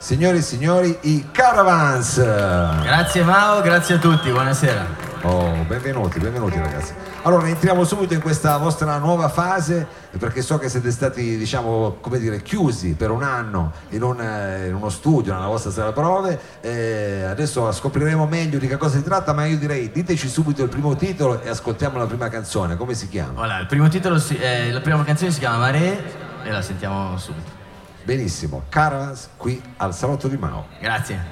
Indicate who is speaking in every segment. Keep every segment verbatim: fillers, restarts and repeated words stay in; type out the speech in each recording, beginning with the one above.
Speaker 1: Signori e signori, i Caravans.
Speaker 2: Grazie Mao, grazie a tutti, buonasera.
Speaker 1: Oh, benvenuti, benvenuti ragazzi. Allora entriamo subito in questa vostra nuova fase, perché so che siete stati, diciamo, come dire, chiusi per un anno in, un, in uno studio, nella vostra sala prove. Eh, adesso scopriremo meglio di che cosa si tratta, ma io direi diteci subito il primo titolo e ascoltiamo la prima canzone. Come si chiama?
Speaker 2: Voilà, il primo titolo, si, eh, la prima canzone si chiama Marée e la sentiamo subito.
Speaker 1: Benissimo, Caravans qui al Salotto di Mao.
Speaker 2: Grazie.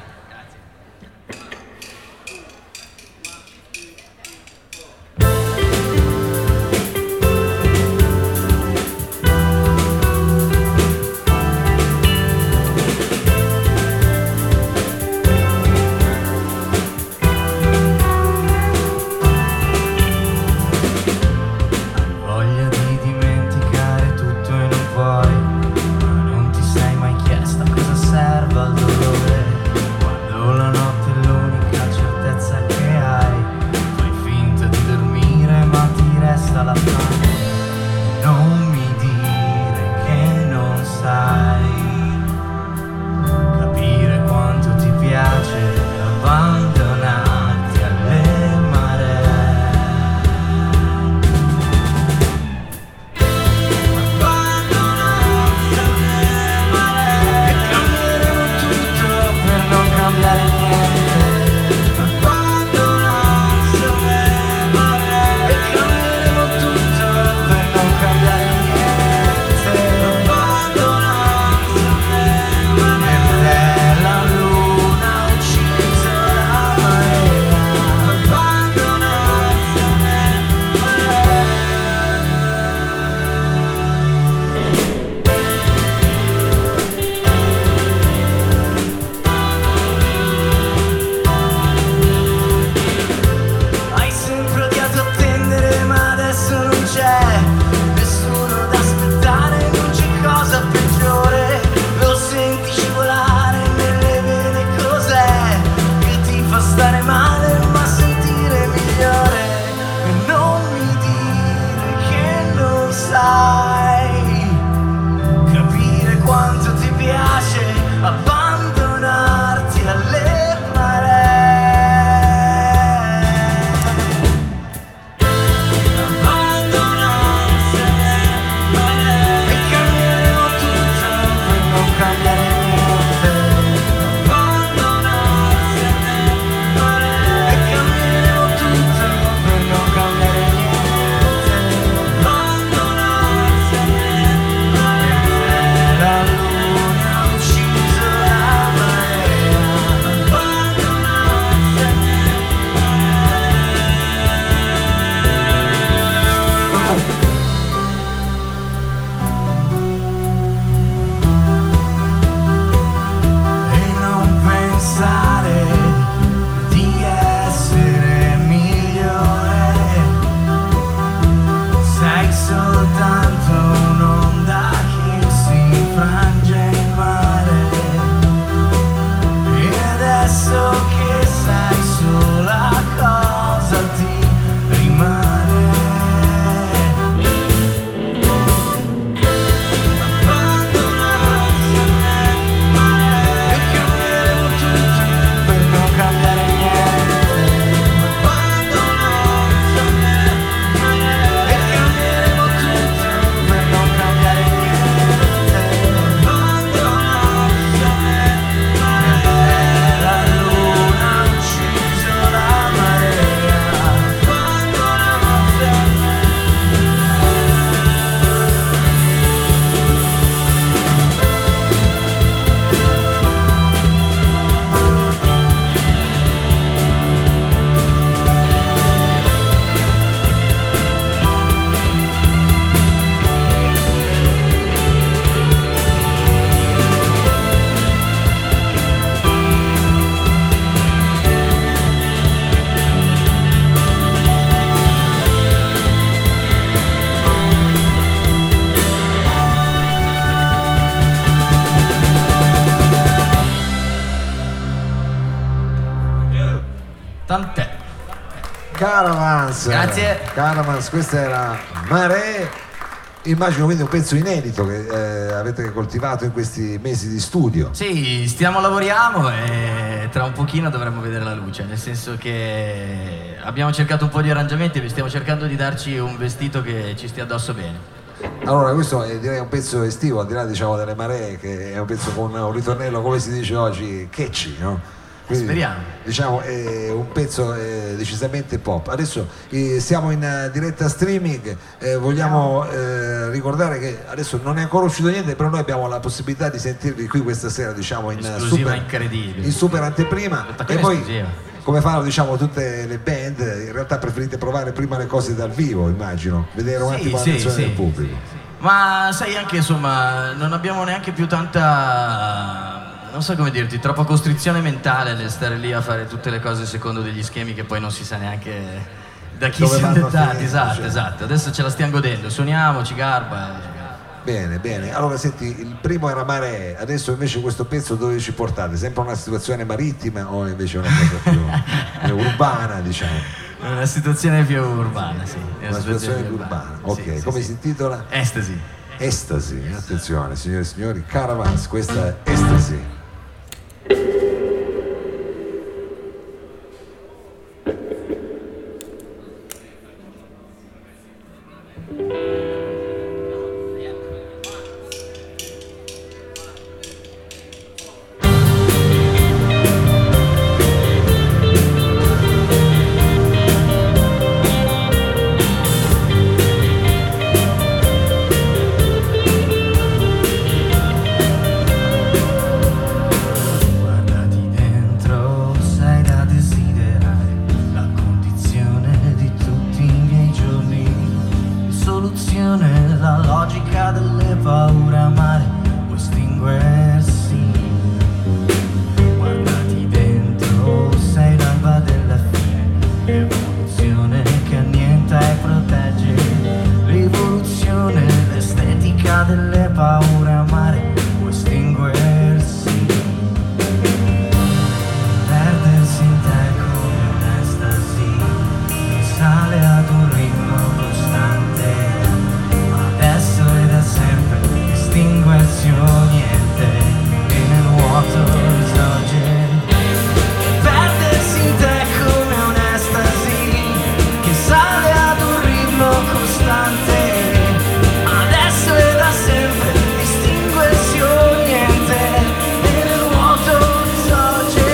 Speaker 1: Tant'è. Caravans.
Speaker 2: Grazie.
Speaker 1: Caravans, questa era Marée. Immagino quindi un pezzo inedito che eh, avete coltivato in questi mesi di studio.
Speaker 2: Sì, stiamo lavoriamo e tra un pochino dovremmo vedere la luce, nel senso che abbiamo cercato un po' di arrangiamenti e stiamo cercando di darci un vestito che ci stia addosso bene.
Speaker 1: Allora, questo è direi un pezzo estivo, al di là diciamo delle maree, che è un pezzo con un ritornello, come si dice oggi, catchy, no? Quindi,
Speaker 2: speriamo.
Speaker 1: Diciamo è un pezzo eh, decisamente pop. Adesso eh, siamo in uh, diretta streaming, eh, vogliamo eh, ricordare che adesso non è ancora uscito niente, però noi abbiamo la possibilità di sentirvi qui questa sera, diciamo in
Speaker 2: esclusiva
Speaker 1: super,
Speaker 2: incredibile.
Speaker 1: in super anteprima. E poi
Speaker 2: esclusiva.
Speaker 1: Come fanno diciamo tutte le band, in realtà preferite provare prima le cose dal vivo, immagino, vedere un
Speaker 2: sì,
Speaker 1: attimo
Speaker 2: sì,
Speaker 1: la reazione
Speaker 2: sì,
Speaker 1: del pubblico.
Speaker 2: sì, sì. Ma sai anche insomma non abbiamo neanche più tanta, non so come dirti, troppa costrizione mentale nel stare lì a fare tutte le cose secondo degli schemi che poi non si sa neanche da chi
Speaker 1: dove
Speaker 2: siamo dettati. Esatto,
Speaker 1: cioè.
Speaker 2: esatto. Adesso ce la stiamo godendo, suoniamo, ci garba.
Speaker 1: Bene, bene. Allora senti, il primo era Maree, adesso invece questo pezzo dove ci portate? Sempre una situazione marittima o invece una cosa più urbana, diciamo?
Speaker 2: Una situazione più urbana, sì.
Speaker 1: Una, una situazione più urbana. Ok,
Speaker 2: sì,
Speaker 1: come
Speaker 2: sì,
Speaker 1: si intitola?
Speaker 2: Estasi.
Speaker 1: Estasi, attenzione signore e signori, Caravans, questa è Estasi.
Speaker 2: La logica delle paure amare può estinguersi. Guardati dentro, sei l'alba della fine, l'evoluzione che annienta e protegge. Rivoluzione, l'estetica delle paure amare può estinguersi. Perdersi in te come un'estasi che sale ad un ritmo costante. Sempre estinguersi o niente e nel vuoto risorge. Perdersi in te come un'estasi che sale ad un ritmo costante. Adesso e da sempre estinguersi o niente e nel vuoto risorge.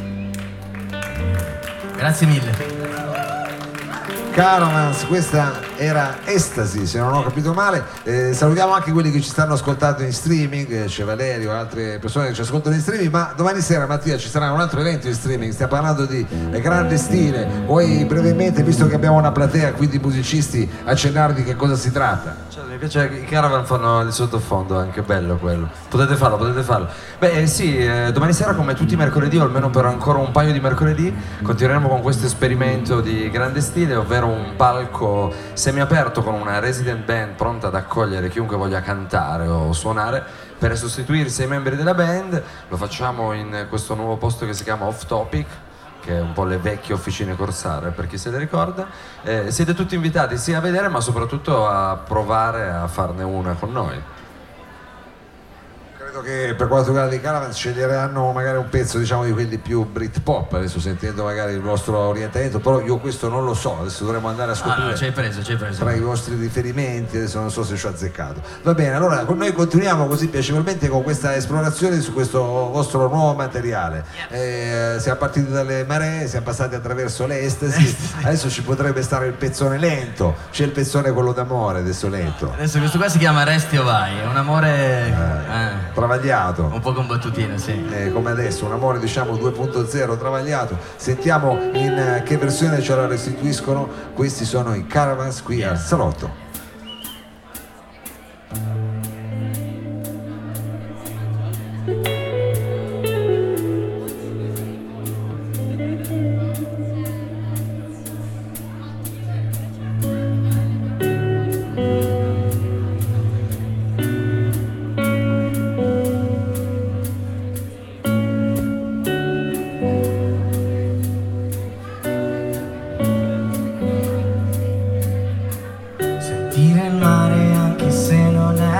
Speaker 2: Grazie mille.
Speaker 1: Caravans, questa era Estasi, se non ho capito male. Eh, salutiamo anche quelli che ci stanno ascoltando in streaming, c'è Valerio, altre persone che ci ascoltano in streaming, ma domani sera, Mattia, ci sarà un altro evento in streaming, stiamo parlando di grande stile. Vuoi brevemente, visto che abbiamo una platea qui di musicisti, accennare di che cosa si tratta?
Speaker 3: Cioè, mi piace, i Caravan fanno il sottofondo, è anche bello quello. Potete farlo, potete farlo. Beh sì, eh, domani sera come tutti i mercoledì, o almeno per ancora un paio di mercoledì, continueremo con questo esperimento di grande stile, ovvero un palco semiaperto con una resident band pronta ad accogliere chiunque voglia cantare o suonare per sostituirsi ai membri della band. Lo facciamo in questo nuovo posto che si chiama Off Topic, che è un po' le vecchie officine Corsare, per chi se le ricorda. Eh, siete tutti invitati sia a vedere ma soprattutto a provare a farne una con noi.
Speaker 1: Credo che per quanto riguarda i Caravan sceglieranno magari un pezzo, diciamo, di quelli più Britpop, adesso sentendo magari il vostro orientamento, però io questo non lo so, adesso dovremo andare a scoprire.
Speaker 2: Ah, no, ci hai preso, ci hai preso.
Speaker 1: Tra i vostri riferimenti, adesso non so se ci ho azzeccato. Va bene, allora noi continuiamo così piacevolmente con questa esplorazione su questo vostro nuovo materiale. Eh, siamo partiti dalle maree, siamo passati attraverso l'estasi, adesso ci potrebbe stare il pezzone lento, c'è il pezzone quello d'amore, adesso lento.
Speaker 2: Adesso questo qua si chiama Resti o Vai, è un amore
Speaker 1: Eh,
Speaker 2: eh,
Speaker 1: travagliato.
Speaker 2: un po' combattutino, sì.
Speaker 1: Eh, come adesso, un amore diciamo due punto zero travagliato. Sentiamo in eh, che versione ce la restituiscono. Questi sono i Caravans qui al Salotto.
Speaker 4: Sentire il mare anche se non è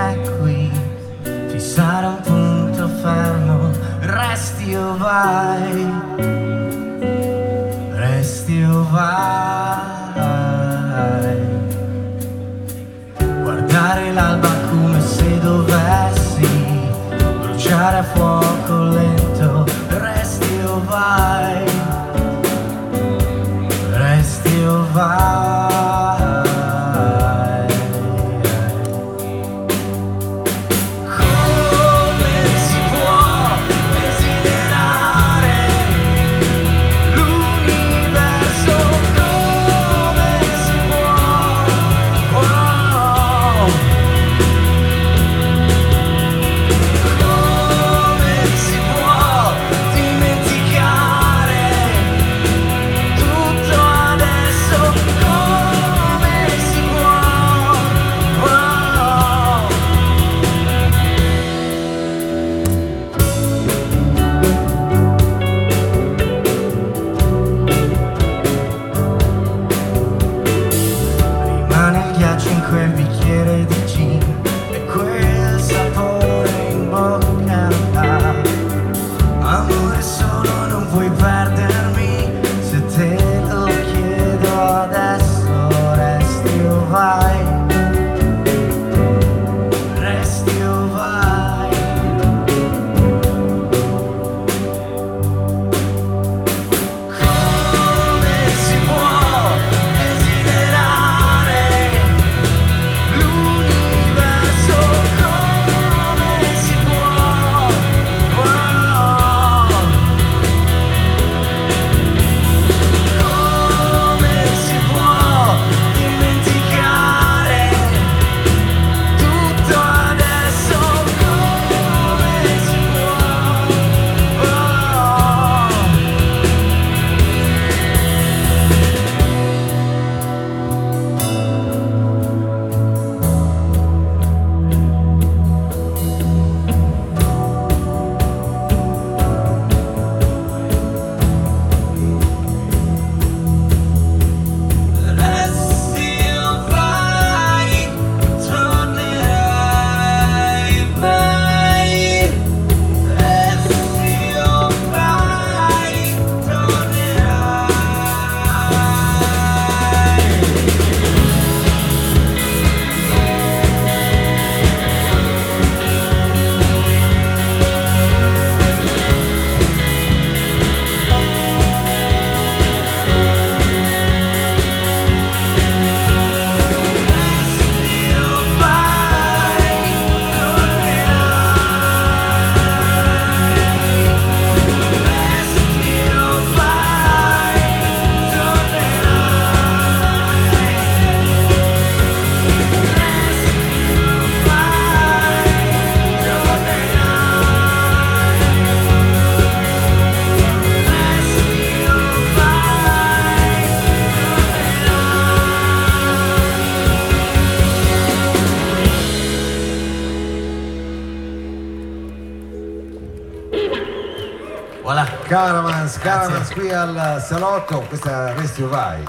Speaker 2: Voilà.
Speaker 1: Caravans, Caravans qui al salotto, questa Resti o Vai.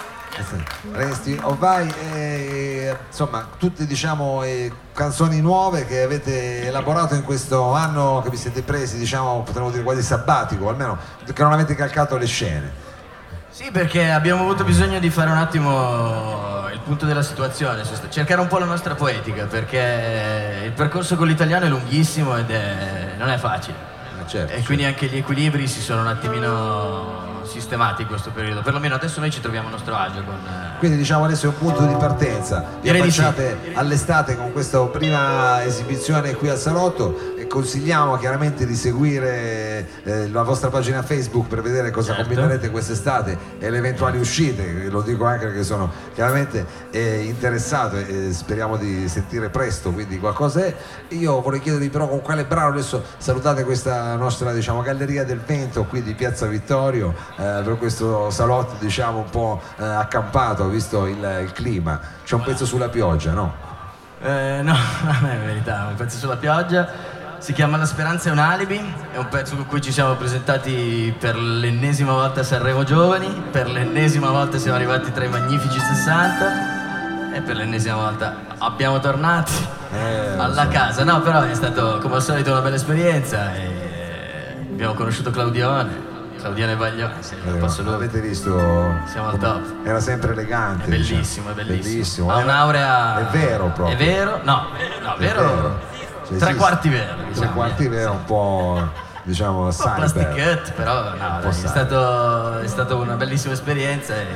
Speaker 1: Resti o Vai, e, insomma, tutte diciamo eh, canzoni nuove che avete elaborato in questo anno che vi siete presi, diciamo, potremmo dire quasi sabbatico, almeno che non avete calcato le scene.
Speaker 2: Sì, perché abbiamo avuto bisogno di fare un attimo il punto della situazione, cercare un po' la nostra poetica, perché il percorso con l'italiano è lunghissimo ed è, non è facile.
Speaker 1: Certo,
Speaker 2: e
Speaker 1: certo.
Speaker 2: Quindi anche gli equilibri si sono un attimino sistemati in questo periodo, perlomeno adesso noi ci troviamo a nostro agio con...
Speaker 1: Quindi diciamo adesso è un punto di partenza, vi
Speaker 2: Direi di sì.
Speaker 1: affacciate all'estate con questa prima esibizione qui al salotto e consigliamo chiaramente di seguire eh, la vostra pagina Facebook per vedere cosa
Speaker 2: Certo.
Speaker 1: combinerete quest'estate e le eventuali uscite, lo dico anche perché sono chiaramente eh, interessato e speriamo di sentire presto, quindi qualcosa è. Io vorrei chiedervi però con quale brano adesso salutate questa nostra diciamo galleria del vento qui di Piazza Vittorio eh, per questo salotto diciamo un po' eh, accampato visto il, il clima. C'è un pezzo sulla pioggia, no?
Speaker 2: Eh, no, non è verità, un pezzo sulla pioggia. Si chiama La speranza è un alibi, è un pezzo con cui ci siamo presentati per l'ennesima volta a Sanremo Giovani, per l'ennesima volta siamo arrivati tra i magnifici sessanta e per l'ennesima volta abbiamo tornati
Speaker 1: Eh,
Speaker 2: alla
Speaker 1: so.
Speaker 2: casa. No, però è stato come al solito una bella esperienza e abbiamo conosciuto Claudione, Claudione Baglione, sì, non posso
Speaker 1: Eh,
Speaker 2: lui.
Speaker 1: l'avete visto?
Speaker 2: Siamo al top.
Speaker 1: Era sempre elegante.
Speaker 2: È bellissimo,
Speaker 1: diciamo.
Speaker 2: è bellissimo.
Speaker 1: Bellissimo.
Speaker 2: Ha
Speaker 1: Era-
Speaker 2: un'aurea...
Speaker 1: È vero proprio.
Speaker 2: È vero? No, no,
Speaker 1: È
Speaker 2: vero...
Speaker 1: vero. Cioè,
Speaker 2: Tre
Speaker 1: esiste-
Speaker 2: quarti vero.
Speaker 1: Tre
Speaker 2: diciamo.
Speaker 1: quarti vero, un po' diciamo
Speaker 2: Un po'
Speaker 1: cyber.
Speaker 2: plastichetto, però no, dai, è,
Speaker 1: cyber.
Speaker 2: stato, è stata una bellissima esperienza e,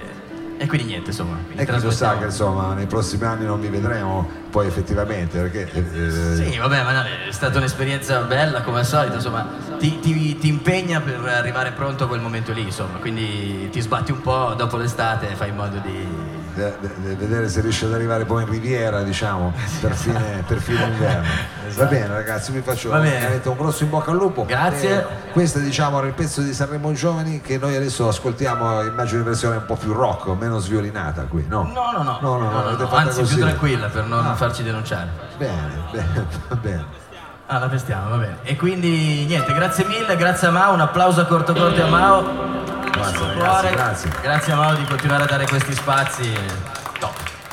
Speaker 2: e quindi niente, insomma. quindi
Speaker 1: E chi lo sa
Speaker 2: trasmettiamo-
Speaker 1: che insomma nei prossimi anni non vi vedremo poi effettivamente perché eh,
Speaker 2: Sì, vabbè, ma no, è stata un'esperienza bella come al solito, insomma, ti, ti- ti impegna per arrivare pronto a quel momento lì, insomma, quindi ti sbatti un po' dopo l'estate e fai in modo di...
Speaker 1: de- de- vedere se riesce ad arrivare poi in Riviera diciamo per fine, per fine inverno. Va bene ragazzi, vi faccio
Speaker 2: Va bene.
Speaker 1: veramente un grosso in bocca al lupo.
Speaker 2: Grazie.
Speaker 1: E questo diciamo era il pezzo di Sanremo Giovani che noi adesso ascoltiamo, immagino in versione un po' più rock, meno sviolinata qui, no?
Speaker 2: No, no, no,
Speaker 1: No, no, no, l'avete fatta
Speaker 2: anzi
Speaker 1: così.
Speaker 2: più tranquilla per non
Speaker 1: Ah.
Speaker 2: farci denunciare.
Speaker 1: Bene, bene, va bene.
Speaker 2: Ah, la festiamo, va bene. E quindi niente, grazie mille, grazie a Mao, un applauso a corto corto a Mao.
Speaker 1: Grazie
Speaker 2: Sul
Speaker 1: ragazzi,
Speaker 2: cuore.
Speaker 1: grazie.
Speaker 2: Grazie a Mao di continuare a dare questi spazi. Top.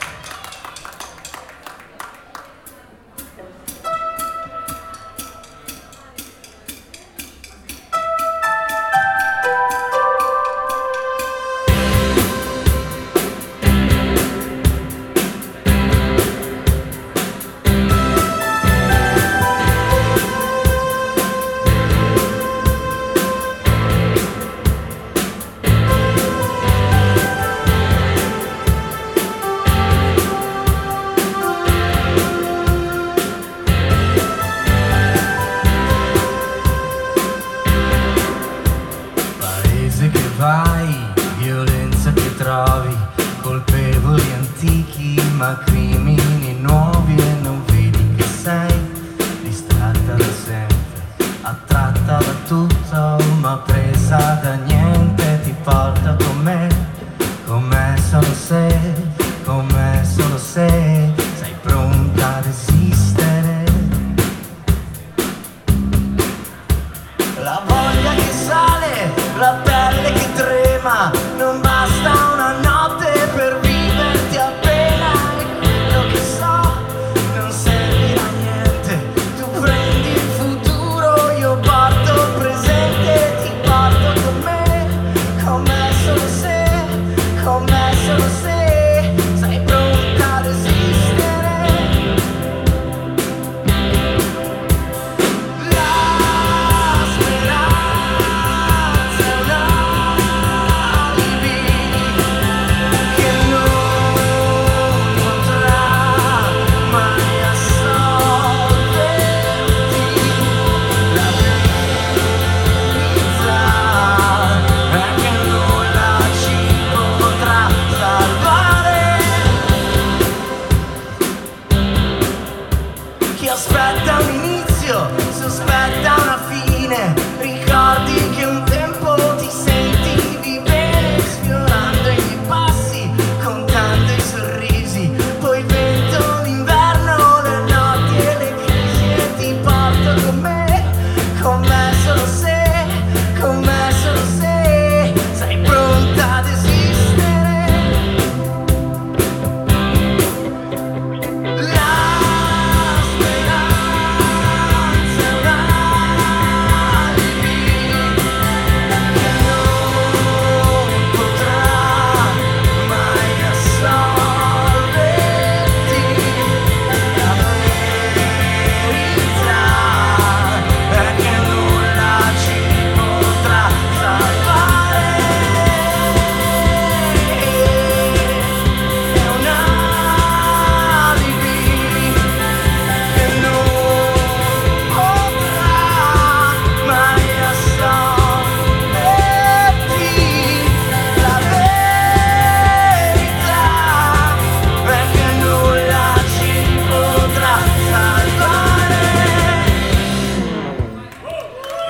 Speaker 4: Paese che vai, violenza che trovi, colpevoli antichi ma crimini nuovi e non vedi che sei distratta da sempre, attratta da tutto ma presa da niente, ti porta con me, con me solo se, con me solo se sei pronta ad esistere. La voglia che sale, la pelle che trema, non basta una notte per viverti appena. E quello che so non servirà a niente, tu prendi il futuro, io porto il presente, ti porto con me, con me solo se, con me solo se sei pronta ad esistere. La speranza è un alibi che non potrà mai assolverti, la verità è che nulla ci potrà salvare. Chi aspetta un inizio, sospetta una fine. Ricordi che un tempo ti sentivi bene, sfiorando i miei passi, contando i sorrisi. Poi il vento, l'inverno, le notti e le crisi. E ti porto con me, con me solo se,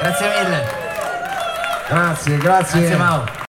Speaker 2: Grazie mille.
Speaker 1: Grazie, grazie.
Speaker 2: Grazie Mao.